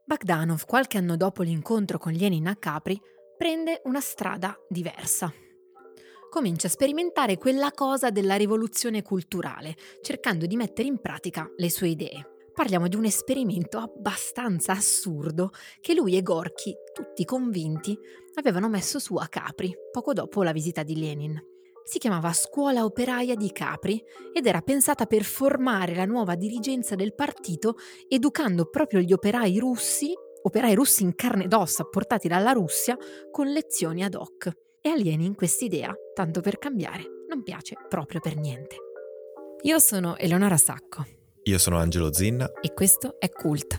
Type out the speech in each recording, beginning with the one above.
Bogdanov, qualche anno dopo l'incontro con Lenin a Capri, prende una strada diversa. Comincia a sperimentare quella cosa della rivoluzione culturale, cercando di mettere in pratica le sue idee. Parliamo di un esperimento abbastanza assurdo che lui e Gorky, tutti convinti, avevano messo su a Capri, poco dopo la visita di Lenin. Si chiamava Scuola Operaia di Capri ed era pensata per formare la nuova dirigenza del partito, educando proprio gli operai russi in carne ed ossa portati dalla Russia con lezioni ad hoc. E a Lenin quest'idea, tanto per cambiare, non piace proprio per niente. Io sono Eleonora Sacco Io sono Angelo Zinna. e questo è Cult.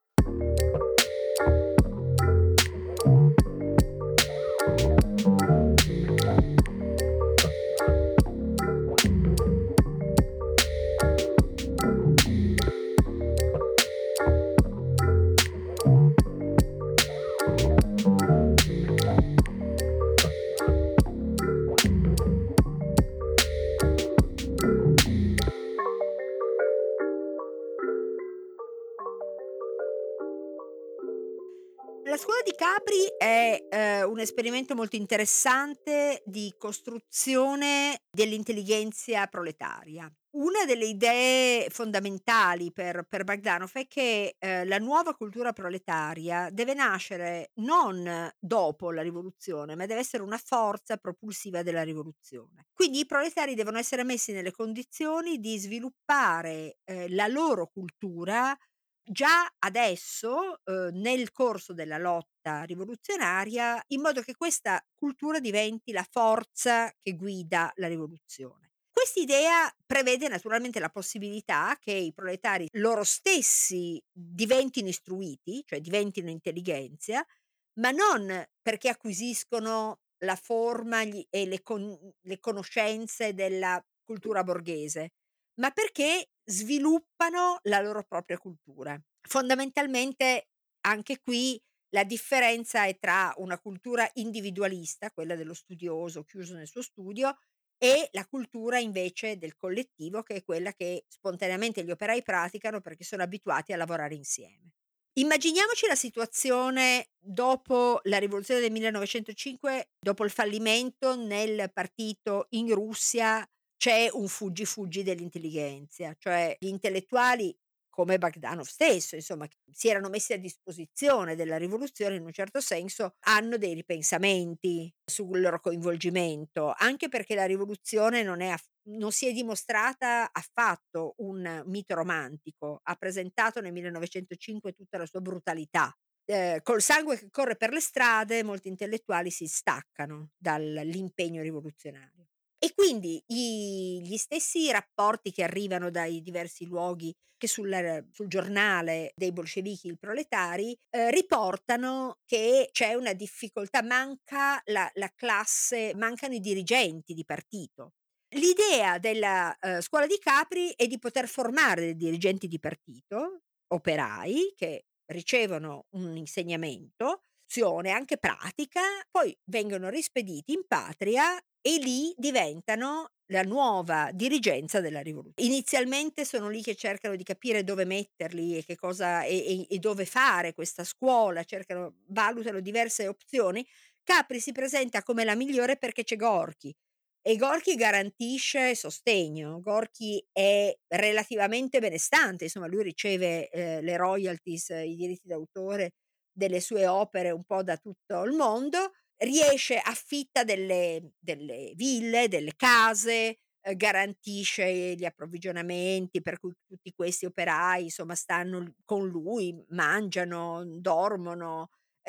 La scuola di Capri è, un esperimento molto interessante di costruzione dell'intellighenzia proletaria. Una delle idee fondamentali per Bogdanov è che, la nuova cultura proletaria deve nascere non dopo la rivoluzione, ma deve essere una forza propulsiva della rivoluzione. Quindi i proletari devono essere messi nelle condizioni di sviluppare, la loro cultura già adesso, nel corso della lotta rivoluzionaria, in modo che questa cultura diventi la forza che guida la rivoluzione. Quest'idea prevede naturalmente la possibilità che i proletari loro stessi diventino istruiti, cioè diventino intellighenzia, ma non perché acquisiscono la forma e le conoscenze della cultura borghese, ma perché sviluppano la loro propria cultura. Fondamentalmente anche qui la differenza è tra una cultura individualista, quella dello studioso chiuso nel suo studio, e la cultura invece del collettivo, che è quella che spontaneamente gli operai praticano perché sono abituati a lavorare insieme. Immaginiamoci la situazione dopo la rivoluzione del 1905, dopo il fallimento nel partito in Russia. C'è un fuggi dell'intellighenzia, cioè gli intellettuali, come Bogdanov stesso, insomma, che si erano messi a disposizione della rivoluzione in un certo senso, hanno dei ripensamenti sul loro coinvolgimento, anche perché la rivoluzione non si è dimostrata affatto un mito romantico, ha presentato nel 1905 tutta la sua brutalità. Col sangue che corre per le strade molti intellettuali si staccano dall'impegno rivoluzionario. E quindi gli stessi rapporti che arrivano dai diversi luoghi, che sul giornale dei bolscevichi, il Proletari, riportano che c'è una difficoltà, manca la classe, mancano i dirigenti di partito. L'idea della, scuola di Capri è di poter formare dei dirigenti di partito, operai, che ricevono un insegnamento, azione anche pratica, poi vengono rispediti in patria e lì diventano la nuova dirigenza della inizialmente sono lì che cercano di capire dove metterli e che cosa e dove fare questa scuola, valutano diverse opzioni. Capri si presenta come la migliore perché c'è Gorky e Gorky garantisce sostegno. Gorky è relativamente benestante, insomma lui riceve, le royalties, i diritti d'autore delle sue opere un po' da tutto il mondo, affitta delle ville, delle case, garantisce gli approvvigionamenti per cui tutti questi operai, insomma, stanno con lui, mangiano, dormono,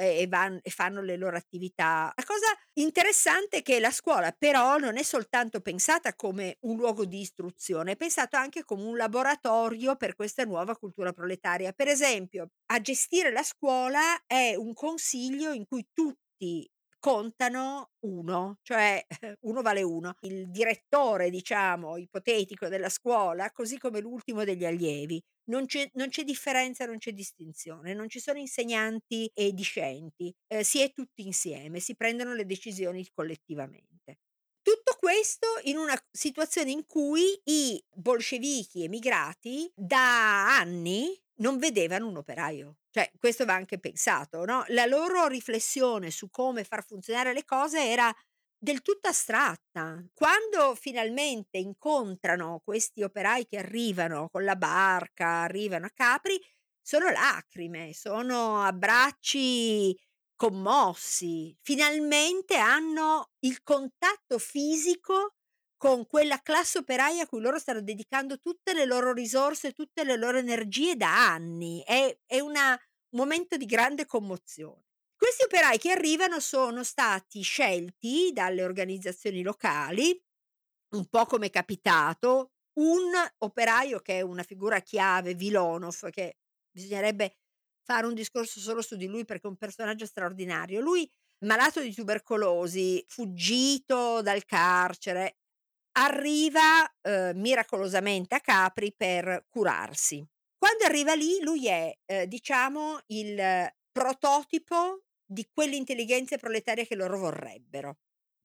e fanno le loro attività. La cosa interessante è che la scuola però non è soltanto pensata come un luogo di istruzione, è pensato anche come un laboratorio per questa nuova cultura proletaria. Per esempio, a gestire la scuola è un consiglio in cui tutti contano 1, cioè 1 vale 1. Il direttore, diciamo, ipotetico della scuola, così come l'ultimo degli allievi. Non c'è differenza, non c'è distinzione, non ci sono insegnanti e discenti, si è tutti insieme, si prendono le decisioni collettivamente. Tutto questo in una situazione in cui i bolscevichi emigrati da anni non vedevano un operaio. Cioè, questo va anche pensato, no, la loro riflessione su come far funzionare le cose era del tutto astratta. Quando finalmente incontrano questi operai che arrivano con la barca, arrivano a Capri, sono lacrime, sono abbracci commossi. Finalmente hanno il contatto fisico con quella classe operaia a cui loro stanno dedicando tutte le loro risorse, tutte le loro energie da anni. È una un momento di grande commozione. Questi operai che arrivano sono stati scelti dalle organizzazioni locali, un po' come è capitato, un operaio che è una figura chiave, Vilonov, che bisognerebbe fare un discorso solo su di lui perché è un personaggio straordinario. Lui, malato di tubercolosi, fuggito dal carcere, arriva, miracolosamente a Capri per curarsi. Quando arriva lì lui è, diciamo il prototipo di quell'intelligenza proletaria che loro vorrebbero.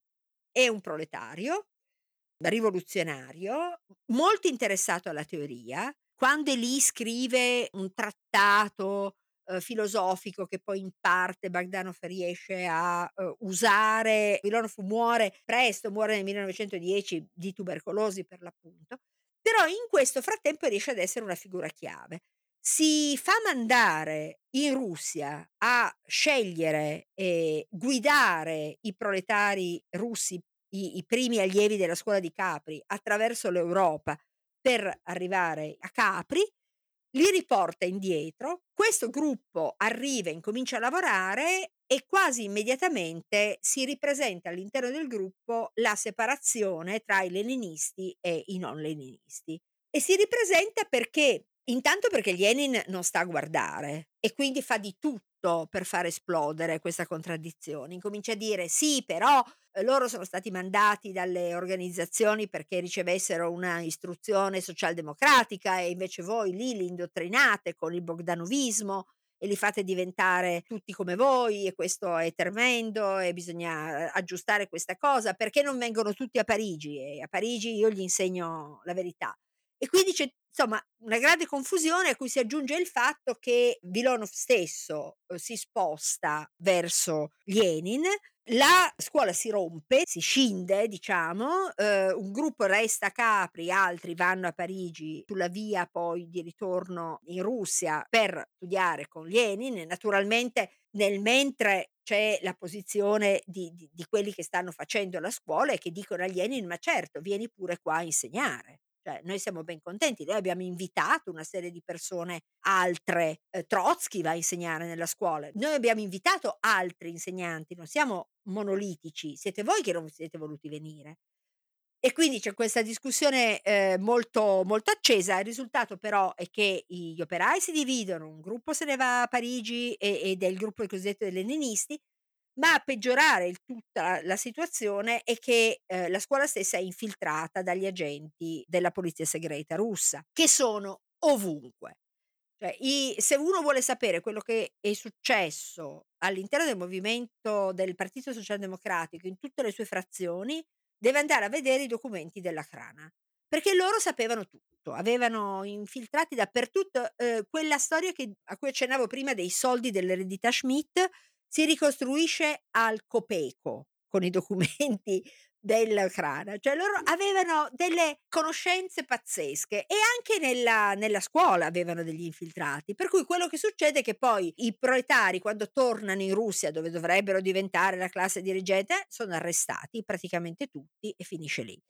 È un proletario rivoluzionario, molto interessato alla teoria. Quando è lì scrive un trattato, filosofico che poi in parte Bogdanov riesce a, usare. Milonov muore presto, muore nel 1910 di tubercolosi per l'appunto, però in questo frattempo riesce ad essere una figura chiave. Si fa mandare in Russia a scegliere e guidare i proletari russi, i primi allievi della scuola di Capri, attraverso l'Europa per arrivare a Capri, li riporta indietro, questo gruppo arriva e incomincia a lavorare e quasi immediatamente si ripresenta all'interno del gruppo la separazione tra i leninisti e i non leninisti. E si ripresenta perché intanto perché Lenin non sta a guardare e quindi fa di tutto per far esplodere questa contraddizione. Incomincia a dire: "Sì, però, loro sono stati mandati dalle organizzazioni perché ricevessero una istruzione socialdemocratica e invece voi lì li indottrinate con il bogdanovismo e li fate diventare tutti come voi e questo è tremendo e bisogna, aggiustare questa cosa. Perché non vengono tutti a Parigi? E a Parigi io gli insegno la verità". E quindi c'è insomma una grande confusione a cui si aggiunge il fatto che Vilonov stesso, si sposta verso Lenin, la scuola si rompe, si scinde diciamo, un gruppo resta a Capri, altri vanno a Parigi sulla via poi di ritorno in Russia per studiare con Lenin e naturalmente nel mentre c'è la posizione di quelli che stanno facendo la scuola e che dicono a Lenin: "Ma certo, vieni pure qua a insegnare. Cioè, noi siamo ben contenti, noi abbiamo invitato una serie di persone altre, Trotsky va a insegnare nella scuola. Noi abbiamo invitato altri insegnanti, non siamo monolitici, siete voi che non siete voluti venire". E quindi c'è questa discussione, molto molto accesa. Il risultato però è che gli operai si dividono, un gruppo se ne va a Parigi ed è il gruppo cosiddetto dei leninisti, ma a peggiorare il tutta la situazione è che, la scuola stessa è infiltrata dagli agenti della polizia segreta russa, che sono ovunque. Cioè i se uno vuole sapere quello che è successo all'interno del movimento del Partito Socialdemocratico in tutte le sue frazioni, deve andare a vedere i documenti della Crana, perché loro sapevano tutto, avevano infiltrati dappertutto, quella storia a cui accennavo prima dei soldi dell'eredità Schmidt si ricostruisce al copeco con i documenti del Crana, cioè loro avevano delle conoscenze pazzesche e anche nella scuola avevano degli infiltrati, per cui quello che succede è che poi i proletari quando tornano in Russia, dove dovrebbero diventare la classe dirigente, sono arrestati praticamente tutti e finisce lì.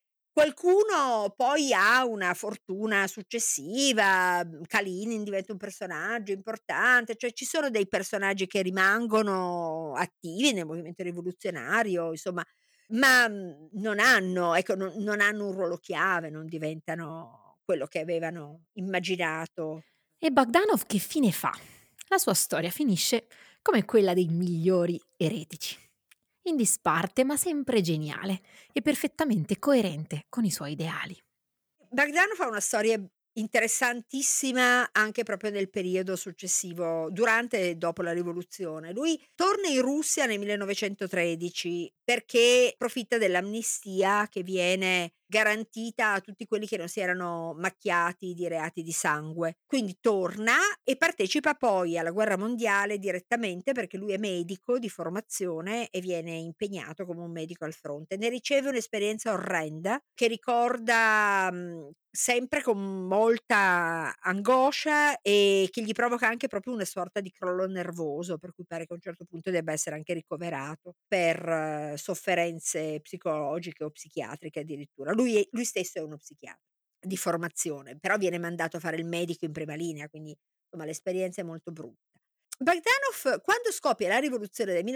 Qualcuno poi ha una fortuna successiva, Kalinin diventa un personaggio importante, cioè ci sono dei personaggi che rimangono attivi nel movimento rivoluzionario, insomma, ma, non hanno ecco, non hanno un ruolo chiave, non diventano quello che avevano immaginato. E Bogdanov che fine fa? La sua storia finisce come quella dei migliori eretici. In disparte, ma sempre geniale e perfettamente coerente con i suoi ideali. Bogdanov ha una storia Interessantissima anche proprio nel periodo successivo, durante e dopo la rivoluzione. Lui torna in Russia nel 1913 perché approfitta dell'amnistia che viene garantita a tutti quelli che non si erano macchiati di reati di sangue. Quindi torna e partecipa poi alla guerra mondiale direttamente perché lui è medico di formazione e viene impegnato come un medico al fronte. Ne riceve un'esperienza orrenda che ricorda, sempre con molta angoscia e che gli provoca anche proprio una sorta di crollo nervoso, per cui pare che a un certo punto debba essere anche ricoverato per sofferenze psicologiche o psichiatriche addirittura. Lui stesso è uno psichiatra di formazione, però viene mandato a fare il medico in prima linea, quindi insomma l'esperienza è molto brutta. Bogdanov quando scoppia la rivoluzione del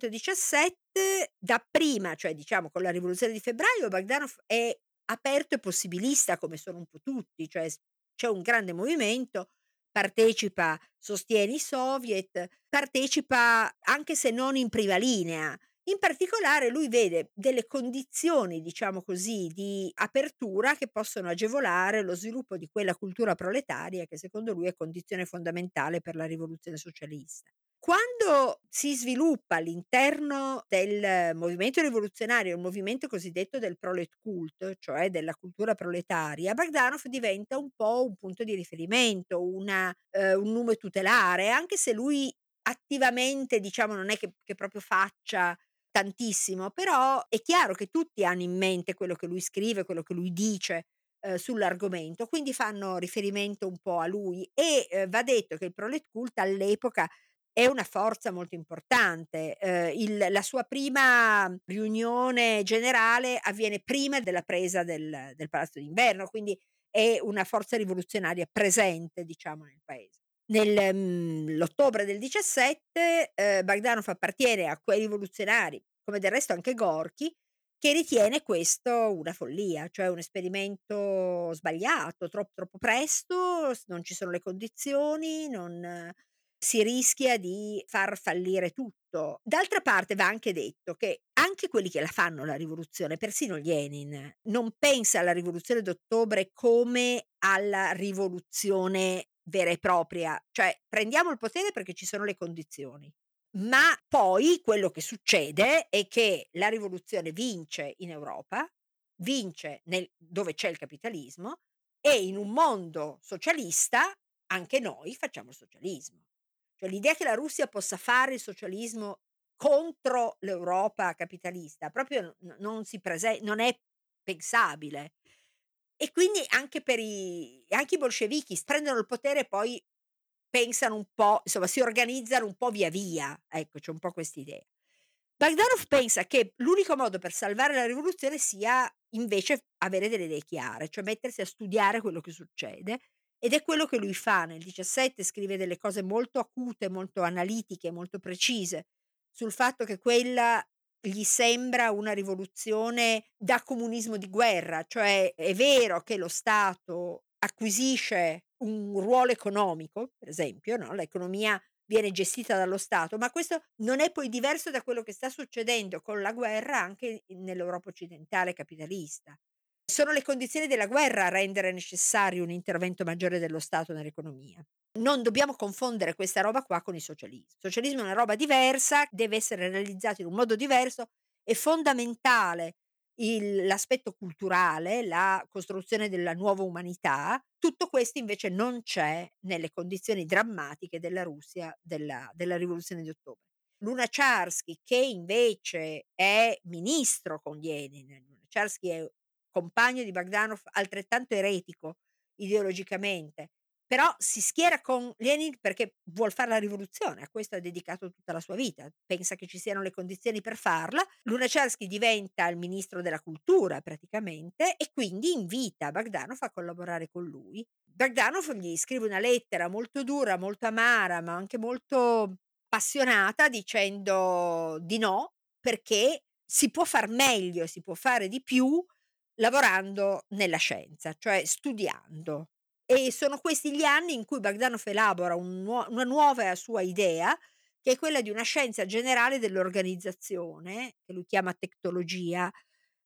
1917, dapprima, cioè diciamo con la rivoluzione di febbraio, Bogdanov è aperto e possibilista come sono un po' tutti, cioè c'è un grande movimento, partecipa, sostiene i soviet, partecipa anche se non in prima linea. In particolare lui vede delle condizioni, diciamo così, di apertura che possono agevolare lo sviluppo di quella cultura proletaria che secondo lui è condizione fondamentale per la rivoluzione socialista. Quando si sviluppa all'interno del movimento rivoluzionario, il movimento cosiddetto del prolet cult, cioè della cultura proletaria, Bogdanov diventa un po' un punto di riferimento, un nume tutelare, anche se lui attivamente, diciamo, non è che proprio faccia tantissimo, però è chiaro che tutti hanno in mente quello che lui scrive, quello che lui dice, sull'argomento, quindi fanno riferimento un po' a lui e, va detto che il prolet cult all'epoca è una forza molto importante. Il La sua prima riunione generale avviene prima della presa del Palazzo d'Inverno, quindi è una forza rivoluzionaria presente, diciamo, nel paese. L'ottobre del '17, Bogdanov appartiene a quei rivoluzionari, come del resto anche Gorky, che ritiene questo una follia, cioè un esperimento sbagliato, troppo presto, non ci sono le condizioni, non si rischia di far fallire tutto. D'altra parte va anche detto che anche quelli che la fanno la rivoluzione, persino Lenin, non pensa alla rivoluzione d'ottobre come alla rivoluzione vera e propria, cioè prendiamo il potere perché ci sono le condizioni. Ma poi quello che succede è che la rivoluzione vince in Europa, vince dove c'è il capitalismo e in un mondo socialista anche noi facciamo il socialismo. Cioè l'idea che la Russia possa fare il socialismo contro l'Europa capitalista proprio non è pensabile. E quindi anche i bolscevichi prendono il potere e poi pensano un po', insomma si organizzano un po' via via, ecco, c'è un po' quest'idea. Bogdanov pensa che l'unico modo per salvare la rivoluzione sia invece avere delle idee chiare, cioè mettersi a studiare quello che succede ed è quello che lui fa. Nel '17 scrive delle cose molto acute, molto analitiche, molto precise sul fatto che quella gli sembra una rivoluzione da comunismo di guerra, cioè è vero che lo Stato acquisisce un ruolo economico, per esempio, no, l'economia viene gestita dallo Stato, ma questo non è poi diverso da quello che sta succedendo con la guerra anche nell'Europa occidentale capitalista. Sono le condizioni della guerra a rendere necessario un intervento maggiore dello Stato nell'economia. Non dobbiamo confondere questa roba qua con il socialismo. Il socialismo è una roba diversa, deve essere realizzato in un modo diverso, è fondamentale l'aspetto culturale, la costruzione della nuova umanità. Tutto questo invece non c'è nelle condizioni drammatiche della Russia della rivoluzione di ottobre. Lunacharsky, che invece è ministro con Lenin, Lunacharsky è compagno di Bogdanov, altrettanto eretico ideologicamente, però si schiera con Lenin perché vuol far la rivoluzione, a questo ha dedicato tutta la sua vita, pensa che ci siano le condizioni per farla. Lunacharsky diventa il ministro della cultura praticamente e quindi invita Bogdanov a collaborare con lui. Bogdanov gli scrive una lettera molto dura, molto amara, ma anche molto appassionata dicendo di no, perché si può far meglio, si può fare di più lavorando nella scienza, cioè studiando. E sono questi gli anni in cui Bogdanov elabora una nuova sua idea, che è quella di una scienza generale dell'organizzazione, che lui chiama tectologia,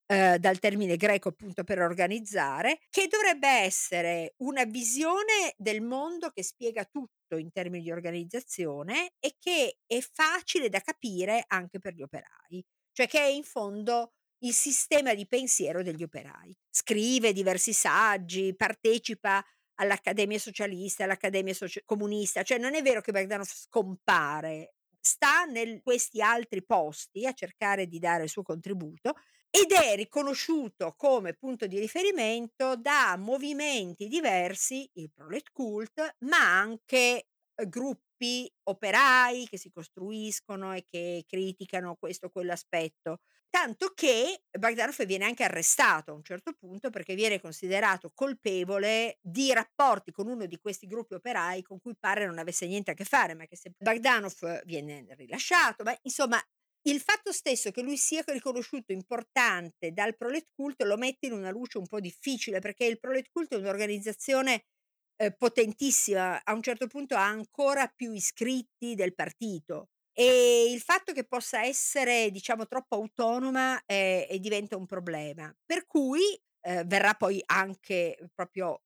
dal termine greco appunto per organizzare, che dovrebbe essere una visione del mondo che spiega tutto in termini di organizzazione e che è facile da capire anche per gli operai, cioè che è in fondo il sistema di pensiero degli operai. Scrive diversi saggi, partecipa all'Accademia Socialista, all'Accademia Comunista, cioè non è vero che Bogdanov scompare, sta nel questi altri posti a cercare di dare il suo contributo ed è riconosciuto come punto di riferimento da movimenti diversi, il Proletkult, ma anche, gruppi operai che si costruiscono e che criticano questo o quell'aspetto. Tanto che Bogdanov viene anche arrestato a un certo punto, perché viene considerato colpevole di rapporti con uno di questi gruppi operai con cui pare non avesse niente a che fare, ma che se Bogdanov viene rilasciato, ma insomma il fatto stesso che lui sia riconosciuto importante dal Proletkult lo mette in una luce un po' difficile, perché il Proletkult è un'organizzazione, potentissima, a un certo punto ha ancora più iscritti del partito. Il fatto che possa essere, diciamo, troppo autonoma, e diventa un problema. Per cui, verrà poi anche proprio,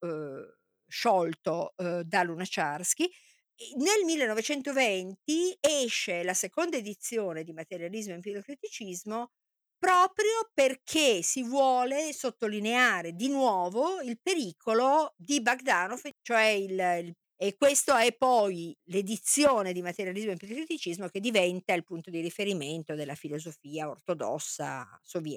sciolto, da Lunacharsky. Nel 1920 esce la seconda edizione di Materialismo e empirico-criticismo proprio perché si vuole sottolineare di nuovo il pericolo di Bogdanov, cioè il e questo è poi l'edizione di Materialismo e empirico-criticismo che diventa il punto di riferimento della filosofia ortodossa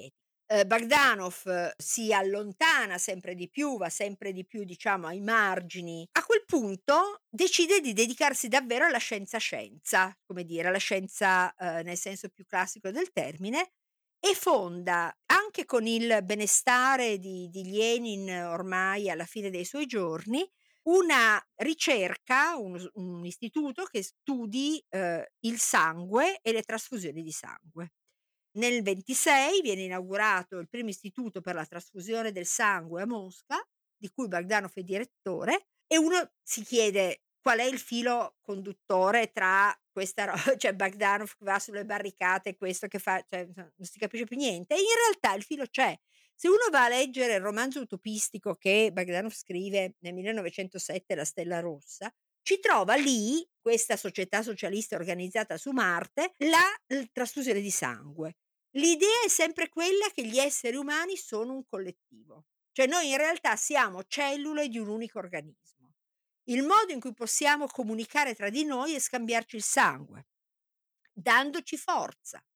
Bogdanov si allontana sempre di più, va sempre di più diciamo ai margini. A quel punto decide di dedicarsi davvero alla scienza, come dire, alla scienza, nel senso più classico del termine e fonda, anche con il benestare di Lenin ormai alla fine dei suoi giorni, una ricerca, un istituto che studi, il sangue e le trasfusioni di sangue. Nel '26 viene inaugurato il primo istituto per la trasfusione del sangue a Mosca, di cui Bogdanov è direttore, e uno si chiede qual è il filo conduttore tra questa cioè Bogdanov che va sulle barricate e questo che fa cioè non si capisce più niente. E in realtà il filo c'è. Se uno va a leggere il romanzo utopistico che Bogdanov scrive nel 1907, La stella rossa, ci trova lì, questa società socialista organizzata su Marte, trasfusione di sangue. L'idea è sempre quella che gli esseri umani sono un collettivo, cioè noi in realtà siamo cellule di un unico organismo. Il modo in cui possiamo comunicare tra di noi è scambiarci il sangue, dandoci forza.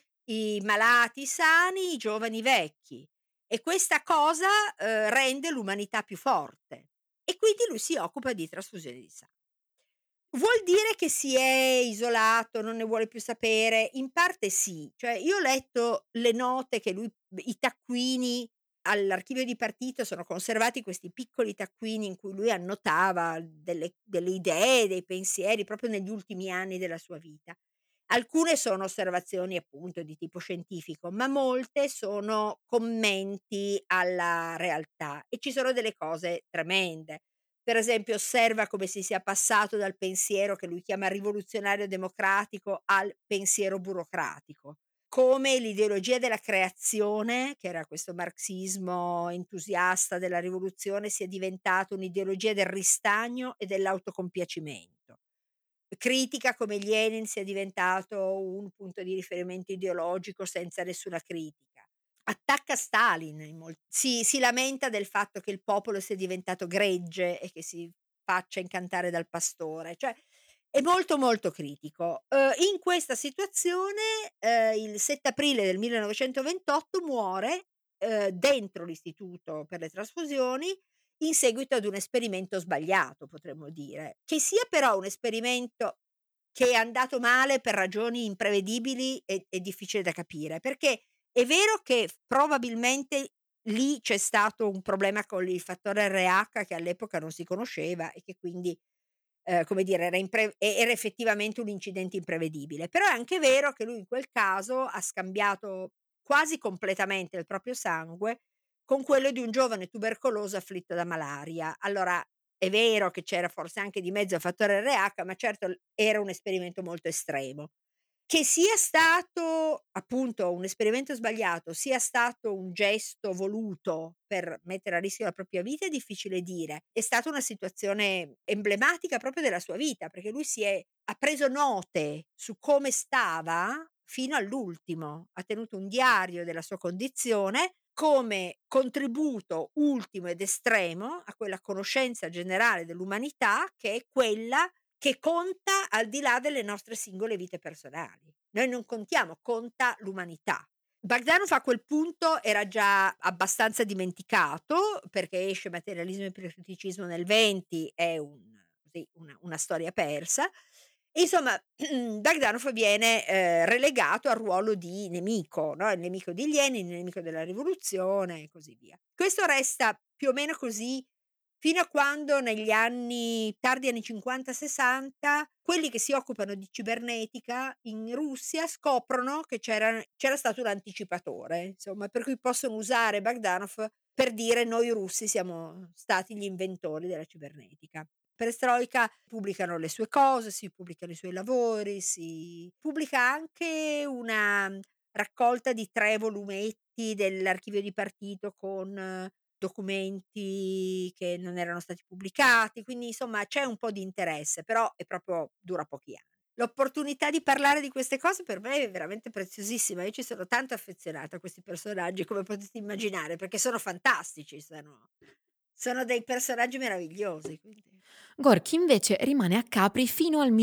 I malati sani, i giovani vecchi. E questa cosa, rende l'umanità più forte. E quindi lui si occupa di trasfusione di sangue. Vuol dire che si è isolato, non ne vuole più sapere? In parte sì, cioè io ho letto le note che lui i taccuini all'archivio di partito sono conservati questi piccoli taccuini in cui lui annotava delle idee, dei pensieri proprio negli ultimi anni della sua vita. Alcune sono osservazioni appunto di tipo scientifico, ma molte sono commenti alla realtà e ci sono delle cose tremende. Per esempio osserva come si sia passato dal pensiero che lui chiama rivoluzionario democratico al pensiero burocratico. Come l'ideologia della creazione, che era questo marxismo entusiasta della rivoluzione, sia diventato un'ideologia del ristagno e dell'autocompiacimento. Critica come Lenin sia diventato un punto di riferimento ideologico senza nessuna critica. Attacca Stalin in si lamenta del fatto che il popolo sia diventato gregge e che si faccia incantare dal pastore, cioè è molto, molto critico. In questa situazione, il 7 aprile del 1928 muore, dentro l'istituto per le trasfusioni in seguito ad un esperimento sbagliato, potremmo dire. Che sia però un esperimento che è andato male per ragioni imprevedibili è difficile da capire, perché è vero che probabilmente lì c'è stato un problema con il fattore RH che all'epoca non si conosceva e che quindi, come dire, era effettivamente un incidente imprevedibile. Però è anche vero che lui in quel caso ha scambiato quasi completamente il proprio sangue con quello di un giovane tubercoloso afflitto da malaria. Allora è vero che c'era forse anche di mezzo il fattore RH, ma certo era un esperimento molto estremo, Che sia stato appunto un esperimento sbagliato, sia stato un gesto voluto per mettere a rischio la propria vita è difficile dire. È stata una situazione emblematica proprio della sua vita, perché lui ha preso note su come stava fino all'ultimo. Ha tenuto un diario della sua condizione come contributo ultimo ed estremo a quella conoscenza generale dell'umanità che è quella che conta al di là delle nostre singole vite personali. Noi non contiamo, conta l'umanità. Bogdanov a quel punto era già abbastanza dimenticato, perché esce Materialismo e Pragmatismo nel '20, è una storia persa. Insomma, Bogdanov viene, relegato al ruolo di nemico, no, il nemico di Lenin, il nemico della rivoluzione e così via. Questo resta più o meno così fino a quando negli anni tardi anni '50, '60, quelli che si occupano di cibernetica in Russia scoprono che c'era stato un anticipatore, insomma, per cui possono usare Bogdanov per dire: "Noi russi siamo stati gli inventori della cibernetica". Perestroika pubblicano le sue cose, si pubblicano i suoi lavori, si pubblica anche una raccolta di 3 volumetti dell'archivio di partito con documenti che non erano stati pubblicati, quindi insomma c'è un po' di interesse, però dura pochi anni. L'opportunità di parlare di queste cose per me è veramente preziosissima. Io ci sono tanto affezionata a questi personaggi, come potete immaginare, perché sono fantastici, sono dei personaggi meravigliosi, quindi Gorky invece rimane a Capri fino al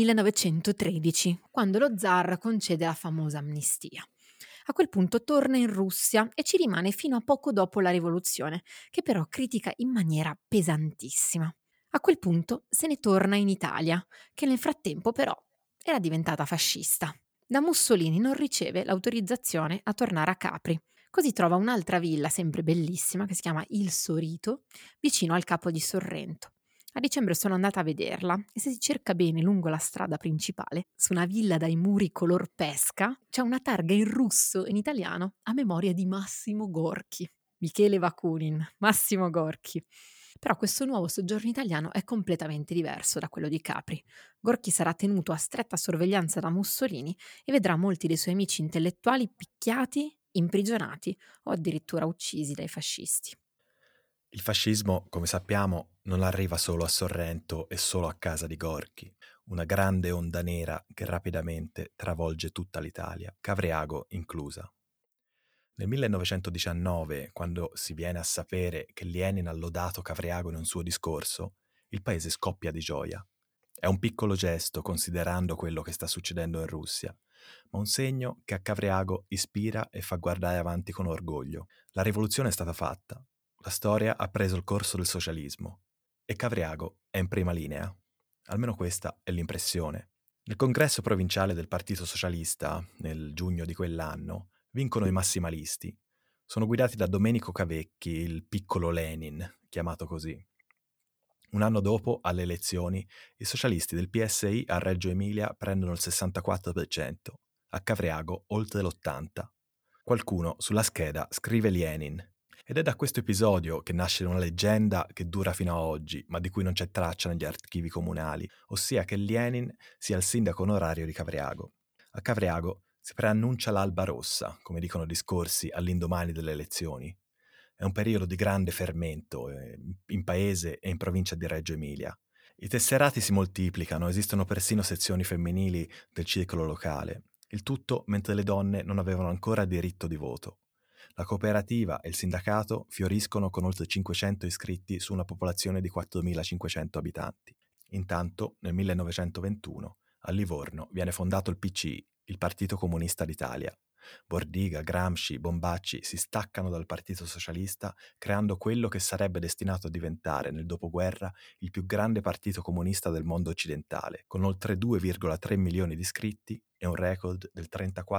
1913, quando lo zar concede la famosa amnistia. A quel punto torna in Russia e ci rimane fino a poco dopo la rivoluzione, che però critica in maniera pesantissima. A quel punto se ne torna in Italia, che nel frattempo però era diventata fascista. Da Mussolini non riceve l'autorizzazione a tornare a Capri. Così trova un'altra villa, sempre bellissima, che si chiama Il Sorito, vicino al Capo di Sorrento. A dicembre sono andata a vederla e se si cerca bene lungo la strada principale, su una villa dai muri color pesca, c'è una targa in russo e in italiano a memoria di Massimo Gorchi. Michele Bakunin, Massimo Gorchi. Però questo nuovo soggiorno italiano è completamente diverso da quello di Capri. Gorchi sarà tenuto a stretta sorveglianza da Mussolini e vedrà molti dei suoi amici intellettuali picchiati, imprigionati o addirittura uccisi dai fascisti. Il fascismo, come sappiamo, non arriva solo a Sorrento e solo a casa di Gorky. Una grande onda nera che rapidamente travolge tutta l'Italia, Cavriago inclusa. Nel 1919, quando si viene a sapere che Lenin ha lodato Cavriago in un suo discorso, il paese scoppia di gioia. È un piccolo gesto considerando quello che sta succedendo in Russia, ma un segno che a Cavriago ispira e fa guardare avanti con orgoglio. La rivoluzione è stata fatta, la storia ha preso il corso del socialismo e Cavriago è in prima linea. Almeno questa è l'impressione. Nel congresso provinciale del Partito Socialista, nel giugno di quell'anno, vincono i massimalisti. Sono guidati da Domenico Cavecchi, il piccolo Lenin, chiamato così. Un anno dopo, alle elezioni, i socialisti del PSI a Reggio Emilia prendono il 64%, a Cavriago oltre l'80%. Qualcuno sulla scheda scrive Lenin. Ed è da questo episodio che nasce una leggenda che dura fino a oggi, ma di cui non c'è traccia negli archivi comunali, ossia che Lenin sia il sindaco onorario di Cavriago. A Cavriago si preannuncia l'alba rossa, come dicono discorsi all'indomani delle elezioni. È un periodo di grande fermento in paese e in provincia di Reggio Emilia. I tesserati si moltiplicano, esistono persino sezioni femminili del circolo locale. Il tutto mentre le donne non avevano ancora diritto di voto. La cooperativa e il sindacato fioriscono con oltre 500 iscritti su una popolazione di 4.500 abitanti. Intanto, nel 1921, a Livorno viene fondato il PCI, il Partito Comunista d'Italia. Bordiga, Gramsci, Bombacci si staccano dal Partito Socialista creando quello che sarebbe destinato a diventare nel dopoguerra il più grande partito comunista del mondo occidentale, con oltre 2,3 milioni di iscritti e un record del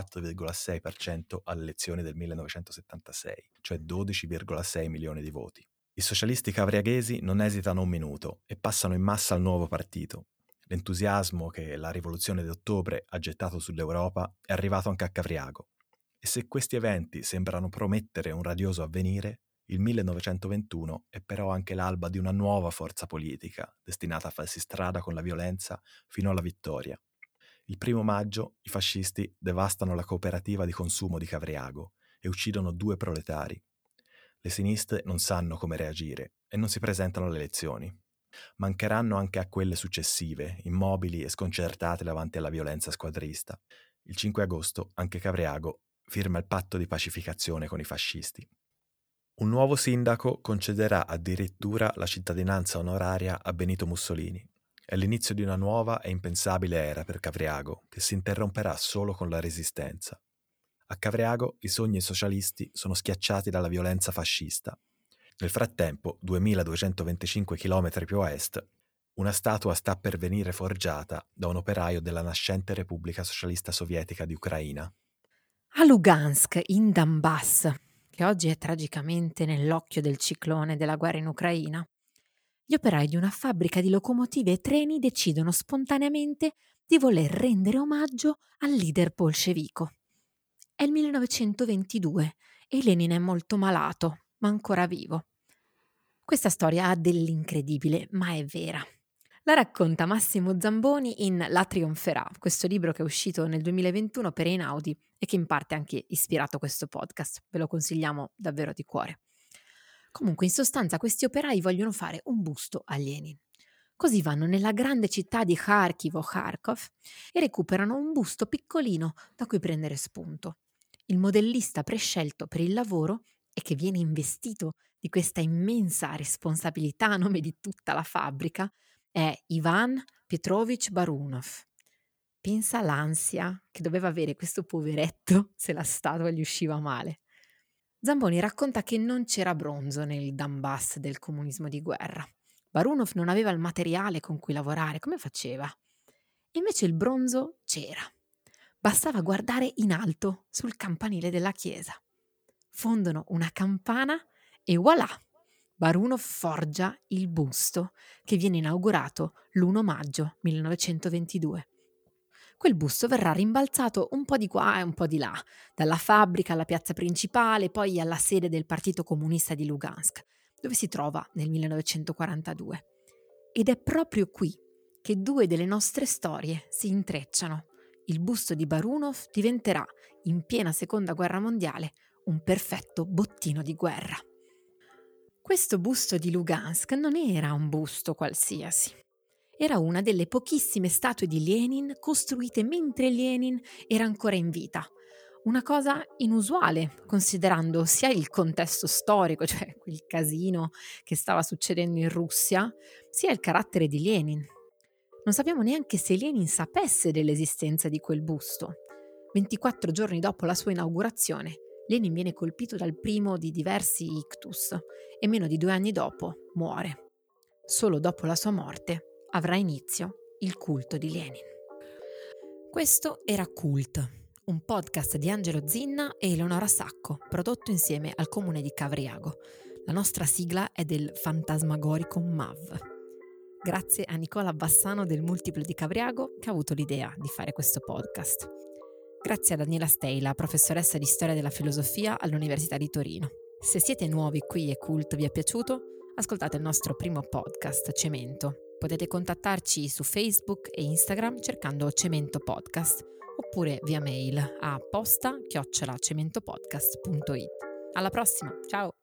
34,6% alle elezioni del 1976, cioè 12,6 milioni di voti. I socialisti cavriaghesi non esitano un minuto e passano in massa al nuovo partito. L'entusiasmo che la rivoluzione d'ottobre ha gettato sull'Europa è arrivato anche a Cavriago. E se questi eventi sembrano promettere un radioso avvenire, il 1921 è però anche l'alba di una nuova forza politica, destinata a farsi strada con la violenza fino alla vittoria. Il 1 maggio i fascisti devastano la cooperativa di consumo di Cavriago e uccidono 2 proletari. Le sinistre non sanno come reagire e non si presentano alle elezioni. Mancheranno anche a quelle successive, immobili e sconcertate davanti alla violenza squadrista. Il 5 agosto anche Cavriago firma il patto di pacificazione con i fascisti. Un nuovo sindaco concederà addirittura la cittadinanza onoraria a Benito Mussolini. È l'inizio di una nuova e impensabile era per Cavriago, che si interromperà solo con la Resistenza. A Cavriago i sogni socialisti sono schiacciati dalla violenza fascista. Nel frattempo, 2225 km più a est, una statua sta per venire forgiata da un operaio della nascente Repubblica Socialista Sovietica di Ucraina. A Lugansk, in Donbass, che oggi è tragicamente nell'occhio del ciclone della guerra in Ucraina, gli operai di una fabbrica di locomotive e treni decidono spontaneamente di voler rendere omaggio al leader bolscevico. È il 1922 e Lenin è molto malato, ma ancora vivo. Questa storia ha dell'incredibile, ma è vera. La racconta Massimo Zamboni in La trionferà, questo libro che è uscito nel 2021 per Einaudi e che in parte ha anche ispirato questo podcast. Ve lo consigliamo davvero di cuore. Comunque, in sostanza, questi operai vogliono fare un busto a Lenin. Così vanno nella grande città di Kharkiv o Kharkov e recuperano un busto piccolino da cui prendere spunto. Il modellista prescelto per il lavoro e che viene investito di questa immensa responsabilità a nome di tutta la fabbrica è Ivan Petrovich Barunov. Pensa all'ansia che doveva avere questo poveretto se la statua gli usciva male. Zamboni racconta che non c'era bronzo nel Donbass del comunismo di guerra. Barunov non aveva il materiale con cui lavorare, come faceva? Invece il bronzo c'era. Bastava guardare in alto sul campanile della chiesa. Fondono una campana e voilà! Barunov forgia il busto che viene inaugurato l'1 maggio 1922. Quel busto verrà rimbalzato un po' di qua e un po' di là, dalla fabbrica alla piazza principale, poi alla sede del Partito Comunista di Lugansk, dove si trova nel 1942. Ed è proprio qui che 2 delle nostre storie si intrecciano. Il busto di Barunov diventerà, in piena Seconda Guerra Mondiale, un perfetto bottino di guerra. Questo busto di Lugansk non era un busto qualsiasi. Era una delle pochissime statue di Lenin costruite mentre Lenin era ancora in vita. Una cosa inusuale, considerando sia il contesto storico, cioè quel casino che stava succedendo in Russia, sia il carattere di Lenin. Non sappiamo neanche se Lenin sapesse dell'esistenza di quel busto. 24 giorni dopo la sua inaugurazione, Lenin viene colpito dal primo di diversi ictus e meno di 2 anni dopo muore. Solo dopo la sua morte avrà inizio il culto di Lenin. Questo era Cult, un podcast di Angelo Zinna e Eleonora Sacco, prodotto insieme al comune di Cavriago. La nostra sigla è del fantasmagorico MAV. Grazie a Nicola Bassano del Multiplo di Cavriago che ha avuto l'idea di fare questo podcast. Grazie a Daniela Steila, professoressa di Storia della Filosofia all'Università di Torino. Se siete nuovi qui e Cult vi è piaciuto, ascoltate il nostro primo podcast, Cemento. Potete contattarci su Facebook e Instagram cercando Cemento Podcast oppure via mail a posta@cementopodcast.it. Alla prossima, ciao!